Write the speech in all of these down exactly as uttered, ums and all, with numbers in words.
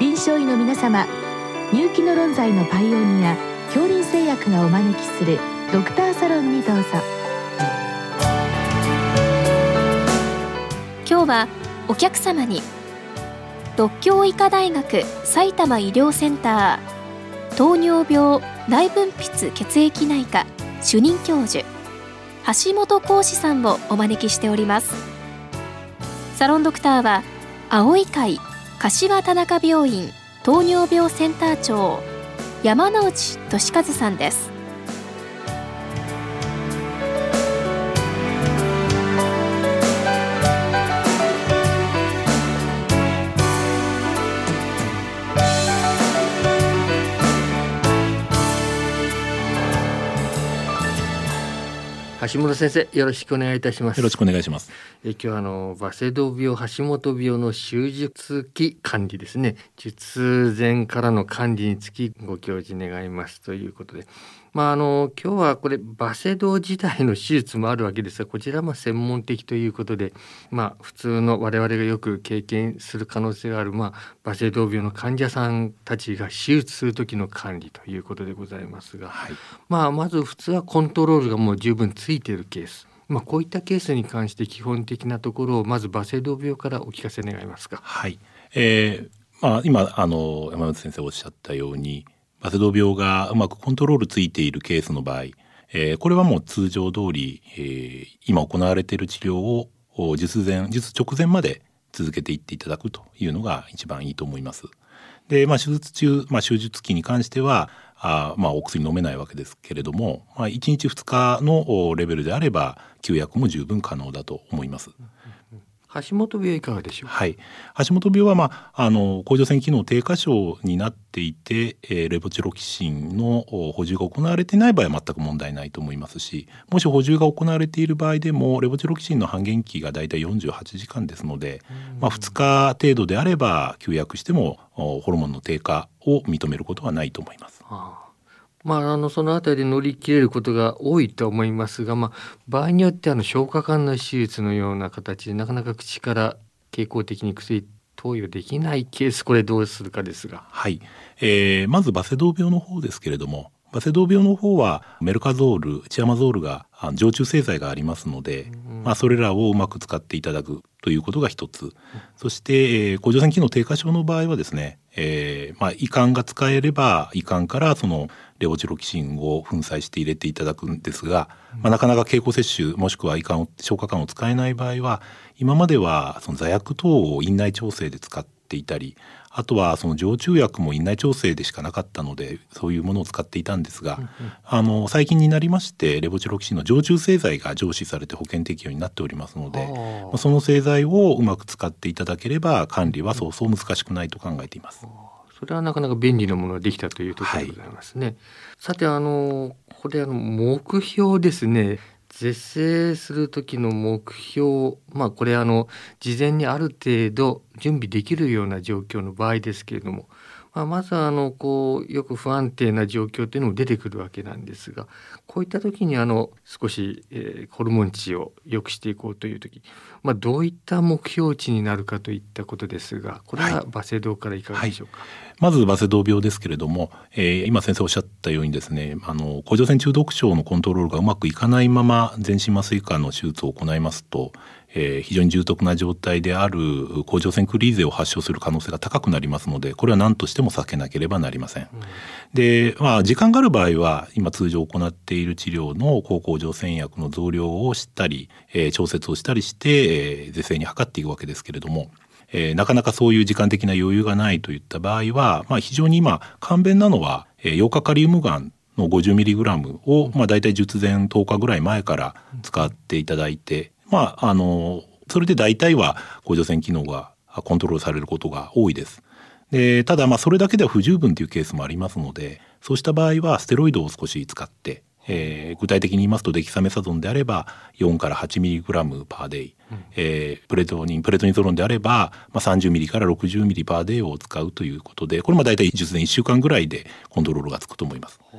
臨床医の皆様、入気の論剤のパイオニア杏林製薬がお招きするドクターサロンにどうぞ。 今日はお客様に獨協医科大学埼玉医療センター糖尿病内分泌血液内科主任教授橋本浩志さんをお招きしております。サロンドクターは青い会柏田中病院糖尿病センター長山内俊和さんです。 橋本先生、よろしくお願いいたします。 よろしくお願いします。 え今日はあのバセドウ病、橋本病の手術期管理ですね、術前からの管理につきご教示願いますということで、まあ、あの今日はこれバセドウ自体の手術もあるわけですが、こちらも専門的ということで、まあ、普通の我々がよく経験する可能性がある、まあ、バセドウ病の患者さんたちが手術する時の管理ということでございますが、はい、まあ、まず普通はコントロールがもう十分ついているケース、まあ、こういったケースに関して基本的なところをまずバセドウ病からお聞かせ願いますか。 はい、えーまあ、今あの山本先生おっしゃったように、バセドウ病がうまくコントロールついているケースの場合、えー、これはもう通常通り、えー、今行われている治療を術前術直前まで続けていっていただくというのが一番いいと思います。で、まあ、手術中、まあ、手術期に関してはあ、まあ、お薬飲めないわけですけれども、まあ、いちにちふつかのレベルであれば休薬も十分可能だと思います。 橋本病いかがでしょうか。 はい、橋本病は、まあ、あの甲状腺機能低下症になっていて、えー、レボチロキシンの補充が行われていない場合は全く問題ないと思いますし、もし補充が行われている場合でもレボチロキシンの半減期がだいたいよんじゅうはちじかんですので、まあ、ふつか程度であれば休薬してもホルモンの低下を認めることはないと思います。 はあ、まあ、あのそのあたりで乗り切れることが多いと思いますが、まあ、場合によってあの消化管の手術のような形でなかなか口から経口的に薬投与できないケース、これどうするかですが。 はい、えー、まずバセドウ病の方ですけれども、バセドウ病の方はメルカゾール、チアマゾールが常駐製剤がありますので、うんまあ、それらをうまく使っていただくということが一つ、うん、そして、えー、甲状腺機能低下症の場合はですね、えーまあ、胃管が使えれば胃管からそのレボチロキシンを粉砕して入れていただくんですが、まあ、なかなか経口摂取もしくは胃管を消化管を使えない場合は、今まではその座薬等を院内調整で使っていたり、あとはその常駐薬も院内調整でしかなかったのでそういうものを使っていたんですが、うんうん、あの最近になりましてレボチロキシンの常駐製剤が上市されて保険適用になっておりますので、その製剤をうまく使っていただければ管理はそうそう難しくないと考えています。 それはなかなか便利なものができたというところでございますね。はい、さて、あのこれあの目標ですね。是正する時の目標、まあこれあの事前にある程度準備できるような状況の場合ですけれども、まあ、まずあのこうよく不安定な状況というのも出てくるわけなんですが、こういった時にあの少し、えー、ホルモン値を良くしていこうという時、まあ、どういった目標値になるかといったことですが、これはバセドウからいかがでしょうか。 はいはい、まずバセドウ病ですけれども、えー、今先生おっしゃったようにですね、あの甲状腺中毒症のコントロールがうまくいかないまま全身麻酔科の手術を行いますと、えー、非常に重篤な状態である甲状腺クリーゼを発症する可能性が高くなりますので、これは何としても避けなければなりません。うん、で、まあ、時間がある場合は今通常行っている治療の抗甲状腺薬の増量をしたり、えー、調節をしたりして、えー、是正に図っていくわけですけれども、えー、なかなかそういう時間的な余裕がないといった場合は、まあ、非常に今簡便なのは、えー、ヨウ化カリウムガンの ごじゅうミリグラム を、まあ、だいたい術前とおかぐらい前から使っていただいて、まあ、あのそれで大体は甲状腺機能がコントロールされることが多いです。でただまあそれだけでは不十分というケースもありますので、そうした場合はステロイドを少し使って、えー、具体的に言いますとデキサメサゾンであればよんからはちミリグラムパーデイ、うんえー、プレトニンプレトニゾロンであれば、まあ、さんじゅうミリからろくじゅうミリパーデイを使うということで、これも大体術前いっしゅうかんぐらいでコントロールがつくと思います。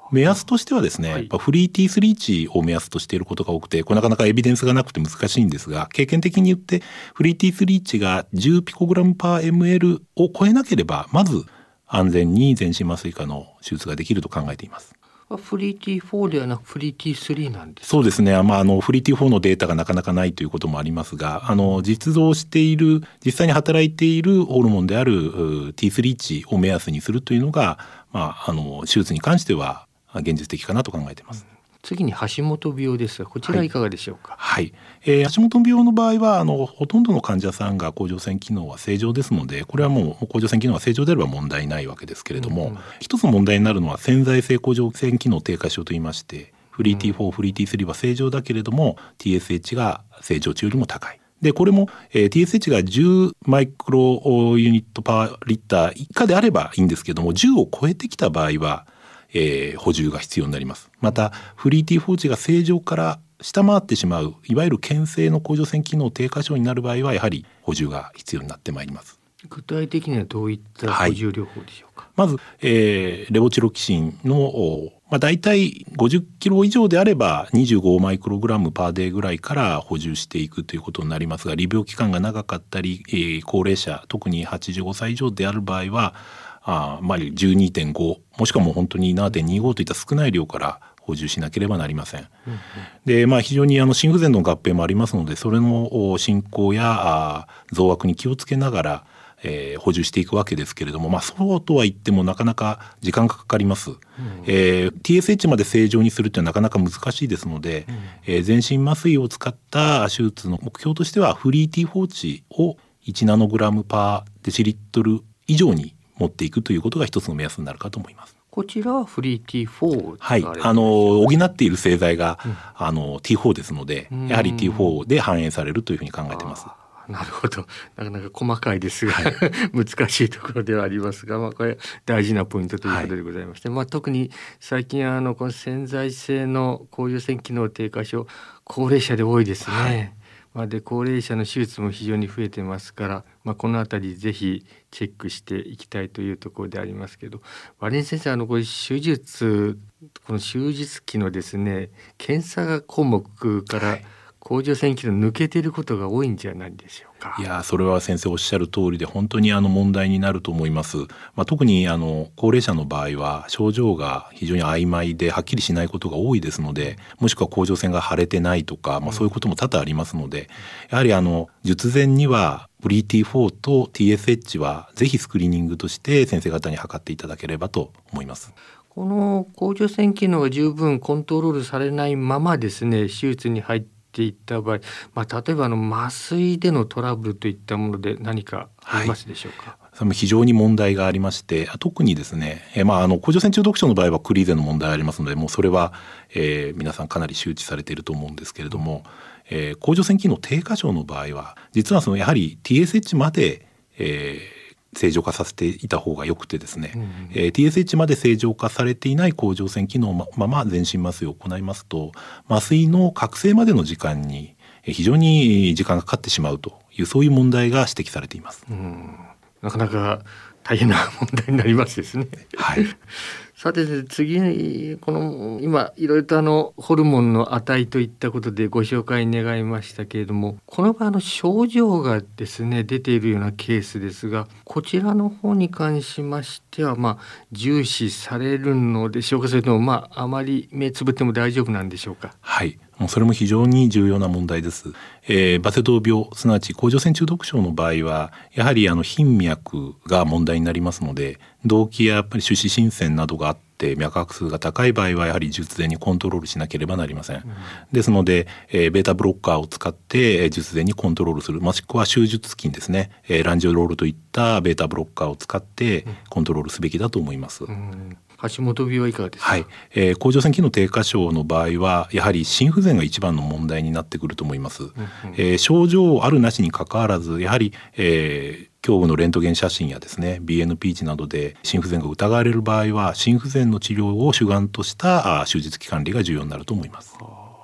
目安としてはですね、 はい、 やっぱフリー ティースリー 値を目安としていることが多くて、これなかなかエビデンスがなくて難しいんですが、経験的に言ってフリー ティースリー 値がじゅうピコグラムパーエムエル を超えなければ、まず安全に全身麻酔科の手術ができると考えています。 フリー ティーフォー ではなくフリー ティースリー なんですか？ そうですね、まあ、あのフリー ティーフォー のデータがなかなかないということもありますが、あの実像している実際に働いているホルモンである ティースリー 値を目安にするというのが、まあ、あの手術に関しては現実的かなと考えています。 次に橋本病ですが、こちらいかがでしょうか？ はい、はいえー、橋本病の場合はあのほとんどの患者さんが甲状腺機能は正常ですので、これはもう甲状腺機能が正常であれば問題ないわけですけれども、うんうん、一つ問題になるのは潜在性甲状腺機能低下症といいまして、フリー ティーフォー、うん、フリー ティースリー は正常だけれども ティーエスエイチ が正常値よりも高い。でこれも、えー、ティーエスエイチ がじゅうマイクロユニットパーリッター以下であればいいんですけども、じゅうを超えてきた場合はえー、補充が必要になります。またフリー ティーフォー 値が正常から下回ってしまう、いわゆる牽制の甲状腺機能低下症になる場合はやはり補充が必要になってまいります。 具体的にはどういった補充療法でしょうか？ はい、まず、えー、レボチロキシンの、まあ、大体ごじゅっキロ以上であればにじゅうごマイクログラムパーデーぐらいから補充していくということになりますが、利病期間が長かったり、えー、高齢者特にはちじゅうごさい以上である場合はあまあ、じゅうにてんご もしくはもう本当に ななてんにご といった少ない量から補充しなければなりません。うんうん、で、まあ、非常にあの心不全の合併もありますので、それの進行や増悪に気をつけながら、えー、補充していくわけですけれども、まあ、そうとは言ってもなかなか時間がかかります。うんえー、ティーエスエイチ まで正常にするってのはなかなか難しいですので、うんえー、全身麻酔を使った手術の目標としてはフリー ティーフォー 値をいちナノグラムパーデシリットル以上に持っていくということが一つの目安になるかと思います。 こちらはフリー ティーフォーはい、あの補っている製剤が、うん、あの ティーフォー ですので、やはり ティーフォー で反映されるというふうに考えています。 なるほど、なかなか細かいですが、はい、難しいところではありますが、まあ、これ大事なポイントということでございまして、はいまあ、特に最近あのこの潜在性の甲状腺機能低下症、高齢者で多いですね。はいまあ、で高齢者の手術も非常に増えてますから、まあ、このあたりぜひチェックしていきたいというところでありますけど、ワレン先生、あのこれ手術この手術期のですね検査項目から甲状腺機能抜けていることが多いんじゃないでしょうか？ いやそれは先生おっしゃる通りで本当にあの問題になると思います。まあ、特にあの高齢者の場合は症状が非常に曖昧ではっきりしないことが多いですので、もしくは甲状腺が腫れてないとか、まあ、そういうことも多々ありますので、やはりあの術前にはフリー ティーフォー と ティーエスエイチ はぜひスクリーニングとして先生方に測っていただければと思います。 この甲状腺機能が十分コントロールされないままですね手術に入っていった場合、まあ、例えばあの麻酔でのトラブルといったもので何かありますでしょうか？ はい、非常に問題がありまして、特にですね、えまあ、あの甲状腺中毒症の場合はクリーゼの問題がありますので、もうそれは、えー、皆さんかなり周知されていると思うんですけれども、えー、甲状腺機能低下症の場合は実はそのやはり ティーエスエイチ まで、えー正常化させていた方がよくてですね、うんうんえー、ティーエスエイチ まで正常化されていない甲状腺機能のまま全身麻酔を行いますと、麻酔の覚醒までの時間に非常に時間がかかってしまうというそういう問題が指摘されています。 うんなかなか大変な問題になりますですね。 はいさて次にこの今いろいろとあのホルモンの値といったことでご紹介願いましたけれども、この場合の症状がですね出ているようなケースですが、こちらの方に関しましてはまあ重視されるのでしょうか、それともまああまり目つぶっても大丈夫なんでしょうか？ はい、もうそれも非常に重要な問題です。えー、バセドウ病すなわち甲状腺中毒症の場合はやはりあの頻脈が問題になりますので、動悸ややっぱり手指浸染などがあって脈拍数が高い場合はやはり術前にコントロールしなければなりません。うん、ですので、えー、ベータブロッカーを使って術前にコントロールする、もしくは手術筋ですね、えー、ランジオロールといったベータブロッカーを使ってコントロールすべきだと思います。うんうん橋本病はいかがですか？ はい、えー、甲状腺機能低下症の場合はやはり心不全が一番の問題になってくると思います。うんうんえー、症状あるなしにかかわらずやはり、えー、胸部のレントゲン写真やですね ビーエヌピー 値などで心不全が疑われる場合は心不全の治療を主眼とした手術期管理が重要になると思います。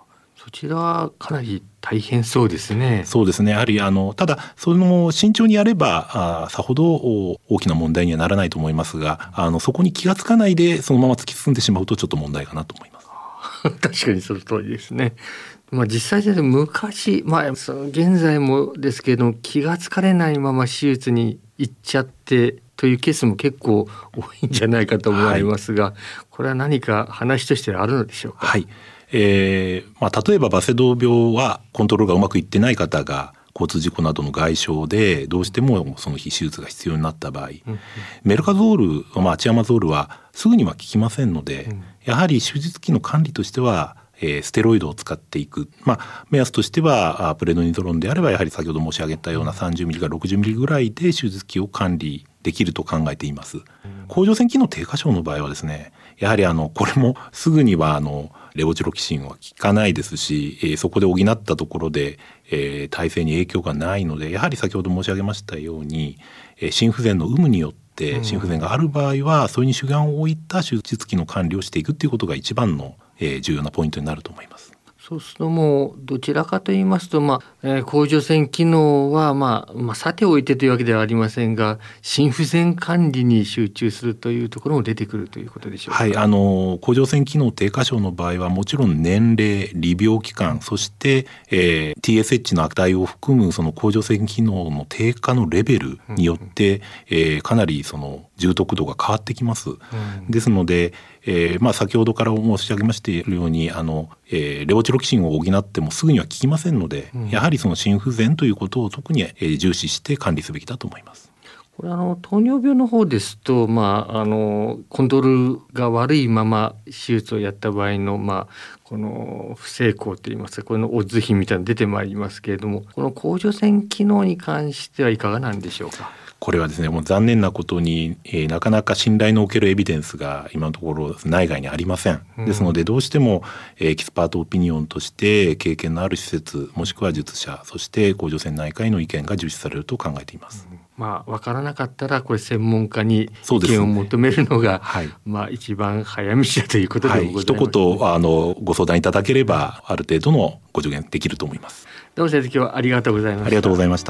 そちらはかなり大変そうですね。 そうですね。やはりあのただその慎重にやればあさほど大きな問題にはならないと思いますが、あのそこに気がつかないでそのまま突き進んでしまうとちょっと問題かなと思います。 確かにその通りですね。まあ、実際で昔、まあ、その現在もですけれども、気がつかれないまま手術に行っちゃってというケースも結構多いんじゃないかと思いますが、はい、これは何か話としてあるのでしょうか。 はい、えーまあ、例えばバセドウ病はコントロールがうまくいってない方が交通事故などの外傷でどうしてもその手術が必要になった場合、うんうん、メルカゾール、まあ、チアマゾールはすぐには効きませんので、うん、やはり手術期の管理としてはえー、ステロイドを使っていく、まあ、目安としてはプレドニゾロンであればやはり先ほど申し上げたようなさんじゅうミリからろくじゅうミリぐらいで手術期を管理できると考えています。甲状腺機能低下症の場合はですね、やはりあのこれもすぐにはあのレボチロキシンは効かないですし、えー、そこで補ったところで、えー、体制に影響がないので、やはり先ほど申し上げましたように、えー、心不全の有無によって心不全がある場合はそれに主眼を置いた手術期の管理をしていくということが一番のえー、重要なポイントになると思います。 そうするともうどちらかと言いますと、まあえー、甲状腺機能は、まあまあ、さておいてというわけではありませんが、心不全管理に集中するというところも出てくるということでしょうか。 はい、あの甲状腺機能低下症の場合はもちろん年齢、利病期間、そして、えー、ティーエスエイチ の値を含むその甲状腺機能の低下のレベルによって、うんえー、かなりその重篤度が変わってきます。うん、ですので、えーまあ、先ほどから申し上げましているようにあの、えー、レボチロキシンを補ってもすぐには効きませんので、うん、やはりその心不全ということを特に、えー、重視して管理すべきだと思います。 これあの糖尿病の方ですと、まあ、あのコントロールが悪いまま手術をやった場合の、まあ、この不成功といいますか、このオッズ比みたいなの出てまいりますけれども、この甲状腺機能に関してはいかがなんでしょうか。 これはですね、もう残念なことに、えー、なかなか信頼のおけるエビデンスが今のところ内外にありません。うん、ですのでどうしても、えー、エキスパートオピニオンとして経験のある施設もしくは術者、そして甲状腺内科医の意見が重視されると考えています。 うん、まあ、分からなかったらこれ専門家に意見を求めるのが、ねはい、まあ、一番早道だということでございます、ね。はい、 一言あのご相談いただければある程度のご助言できると思います。 どうも先生、今日はありがとうございました。 ありがとうございました。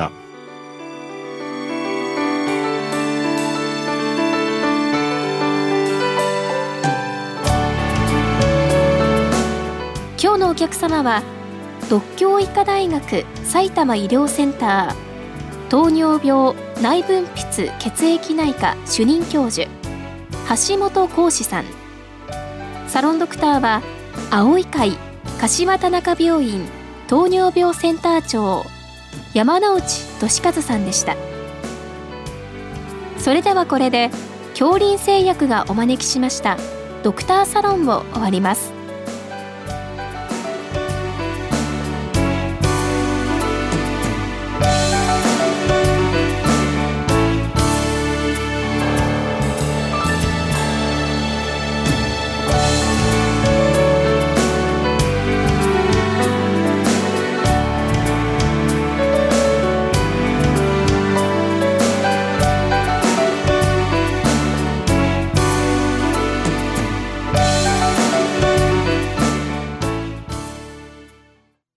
今日のお客様は獨協医科大学埼玉医療センター糖尿病内分泌血液内科主任教授橋本浩志さん。サロンドクターは青い会柏田中病院糖尿病センター長山内俊和さんでした。それではこれで杏林製薬がお招きしましたドクターサロンを終わります。